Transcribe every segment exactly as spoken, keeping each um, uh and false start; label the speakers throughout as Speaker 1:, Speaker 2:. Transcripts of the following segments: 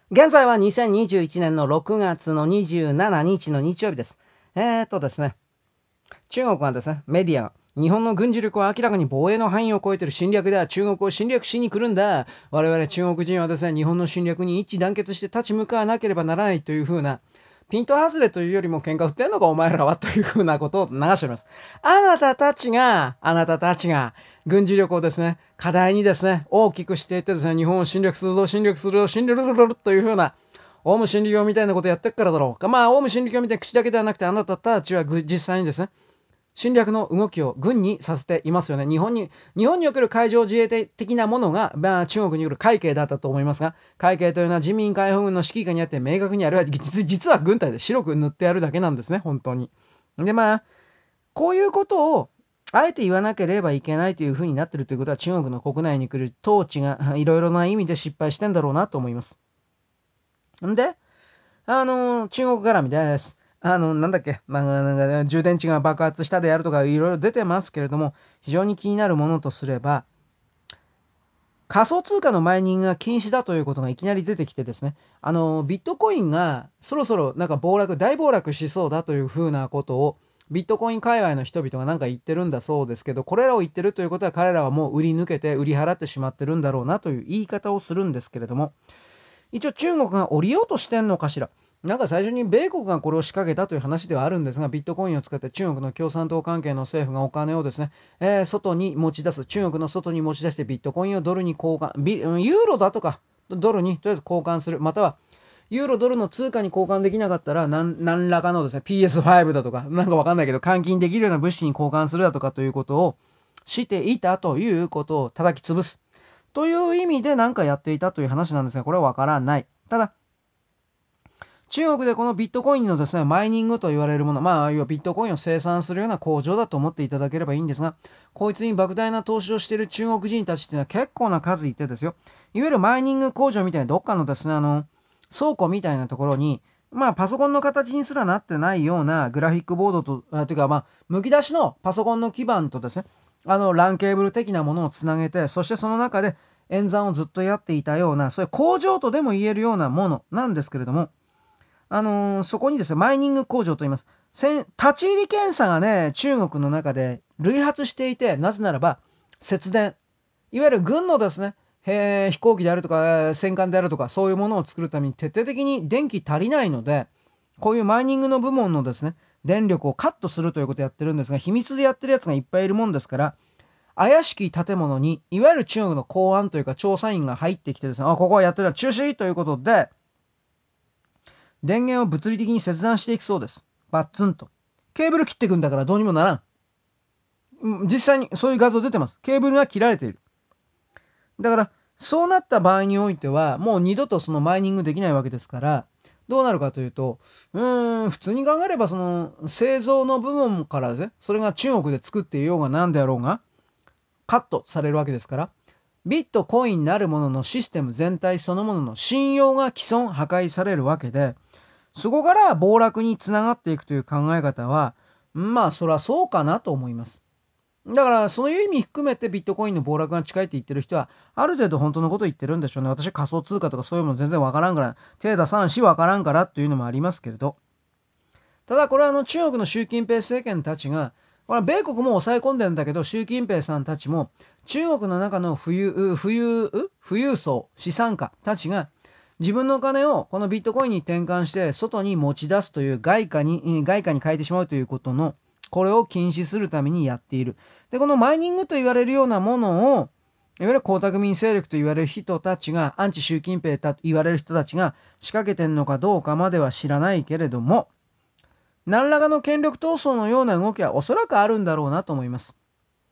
Speaker 1: 現在はにせんにじゅういちねんのろくがつのにじゅうしちにちの日曜日です。えーっとですね、中国はですね、メディアが、日本の軍事力は明らかに防衛の範囲を超えている侵略だ。中国を侵略しに来るんだ。我々中国人はですね、日本の侵略に一致団結して立ち向かわなければならないというふうな、ピント外れというよりも喧嘩売ってんのかお前らはというふうなことを流しております。あなたたちが、あなたたちが、軍事力をですね、課題にですね、大きくしていってですね、日本を侵略するぞ、侵略するぞ、侵略するぞというふうな、オウム真理教みたいなことやってっからだろうか。まあ、オウム真理教みたいな口だけではなくて、あなたたちは実際にですね、侵略の動きを軍にさせていますよね。日本に、日本における海上自衛隊的なものが、まあ、中国による海警だったと思いますが、海警というのは人民解放軍の指揮下にあって明確にあるいは実実は軍隊で白く塗ってあるだけなんですね、本当に。で、まあ、こういうことを、あえて言わなければいけないというふうになっているということは、中国の国内に来る統治がいろいろな意味で失敗してんだろうなと思います。んで、あのー中国絡みです。あの、なんだっけ、まあ、なんか充電池が爆発したであるとかいろいろ出てますけれども、非常に気になるものとすれば、仮想通貨のマイニングが禁止だということがいきなり出てきてですね、あの、ビットコインがそろそろなんか暴落、大暴落しそうだというふうなことを、ビットコイン界隈の人々がなんか言ってるんだそうですけど、これらを言ってるということは彼らはもう売り抜けて売り払ってしまってるんだろうなという言い方をするんですけれども、一応中国が降りようとしてんのかしら。なんか最初に米国がこれを仕掛けたという話ではあるんですが、ビットコインを使って中国の共産党関係の政府がお金をですね、えー外に持ち出す、中国の外に持ち出してビットコインをドルに交換、ビユーロだとかドルにとりあえず交換する、またはユーロドルの通貨に交換できなかったら何何らかのですね ピーエスファイブ だとかなんかわかんないけど換金できるような物資に交換するだとかということをしていたということを叩き潰すという意味で何かやっていたという話なんですが、これはわからない。ただ中国でこのビットコインのですね、マイニングと言われるもの、まあ、要はビットコインを生産するような工場だと思っていただければいいんですが、こいつに莫大な投資をしている中国人たちっていうのは結構な数いてですよ。いわゆるマイニング工場みたいなどっかのですね、あの、倉庫みたいなところに、まあ、パソコンの形にすらなってないようなグラフィックボードと、あというか、まあ、むき出しのパソコンの基板とですね、あの、ランケーブル的なものをつなげて、そしてその中で演算をずっとやっていたような、そういう工場とでも言えるようなものなんですけれども、あのーそこにですね、マイニング工場と言います。立ち入り検査がね、中国の中で類発していて、なぜならば、節電。いわゆる軍のですね、えー飛行機であるとか、戦艦であるとか、そういうものを作るために徹底的に電気足りないので、こういうマイニングの部門のですね、電力をカットするということをやってるんですが、秘密でやってるやつがいっぱいいるもんですから、怪しき建物に、いわゆる中国の公安というか調査員が入ってきてですね、あ、ここはやってるのは中止ということで、電源を物理的に切断していくそうです。バッツンと。ケーブル切っていくんだからどうにもならん。実際にそういう画像出てます。ケーブルが切られている。だから、そうなった場合においては、もう二度とそのマイニングできないわけですから、どうなるかというと、うーん、普通に考えれば、その、製造の部門からですね、それが中国で作っていようが何であろうが、カットされるわけですから、ビットコインなるもののシステム全体そのものの信用が既存破壊されるわけで、そこから暴落につながっていくという考え方は、まあ、そりゃそうかなと思います。だから、そういう意味含めてビットコインの暴落が近いって言ってる人は、ある程度本当のこと言ってるんでしょうね。私は仮想通貨とかそういうの全然わからんから、手出さんしわからんからっていうのもありますけれど。ただ、これはあの中国の習近平政権たちが、これは米国も抑え込んでるんだけど、習近平さんたちも、中国の中の富裕、富裕、富裕層、資産家たちが、自分のお金をこのビットコインに転換して外に持ち出すという外貨に、外貨に変えてしまうということの、これを禁止するためにやっている。で、このマイニングと言われるようなものを、いわゆる江沢民勢力と言われる人たちが、アンチ習近平と言われる人たちが仕掛けてんのかどうかまでは知らないけれども、何らかの権力闘争のような動きはおそらくあるんだろうなと思います。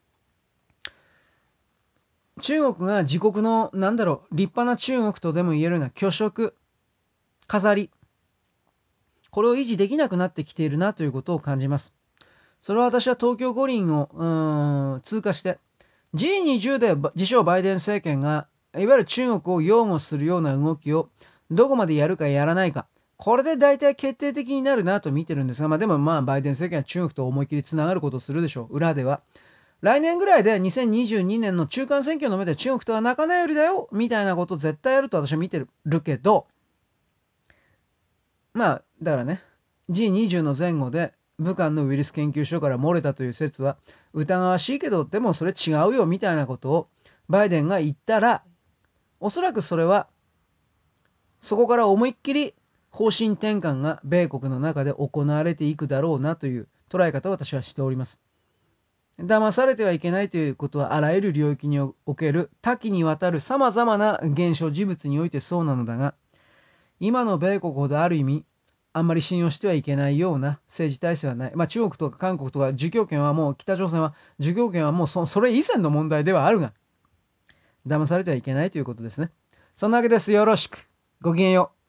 Speaker 1: 中国が自国の、なんだろう、立派な中国とでも言えるような虚飾、飾り、これを維持できなくなってきているなということを感じます。それは私は東京五輪をうーん通過して、ジーにじゅう で自称バイデン政権が、いわゆる中国を擁護するような動きをどこまでやるかやらないか、これで大体決定的になるなと見てるんですが、まあでもまあバイデン政権は中国と思い切りつながることをするでしょう、裏では。来年ぐらいでにせんにじゅうにねんの中間選挙の目で中国とは仲直りだよみたいなことを絶対やると私は見てるけど、 まあだからね ジーにじゅう の前後で武漢のウイルス研究所から漏れたという説は疑わしいけどでもそれ違うよみたいなことをバイデンが言ったらおそらくそれはそこから思いっきり方針転換が米国の中で行われていくだろうなという捉え方を私はしております。騙されてはいけないということはあらゆる領域における多岐にわたるさまざまな現象事物においてそうなのだが今の米国ほどある意味あんまり信用してはいけないような政治体制はない。まあ中国とか韓国とか儒教権はもう北朝鮮は儒教権はもう そ, それ以前の問題ではあるが騙されてはいけないということですね。そんなわけです。よろしく。ごきげんよう。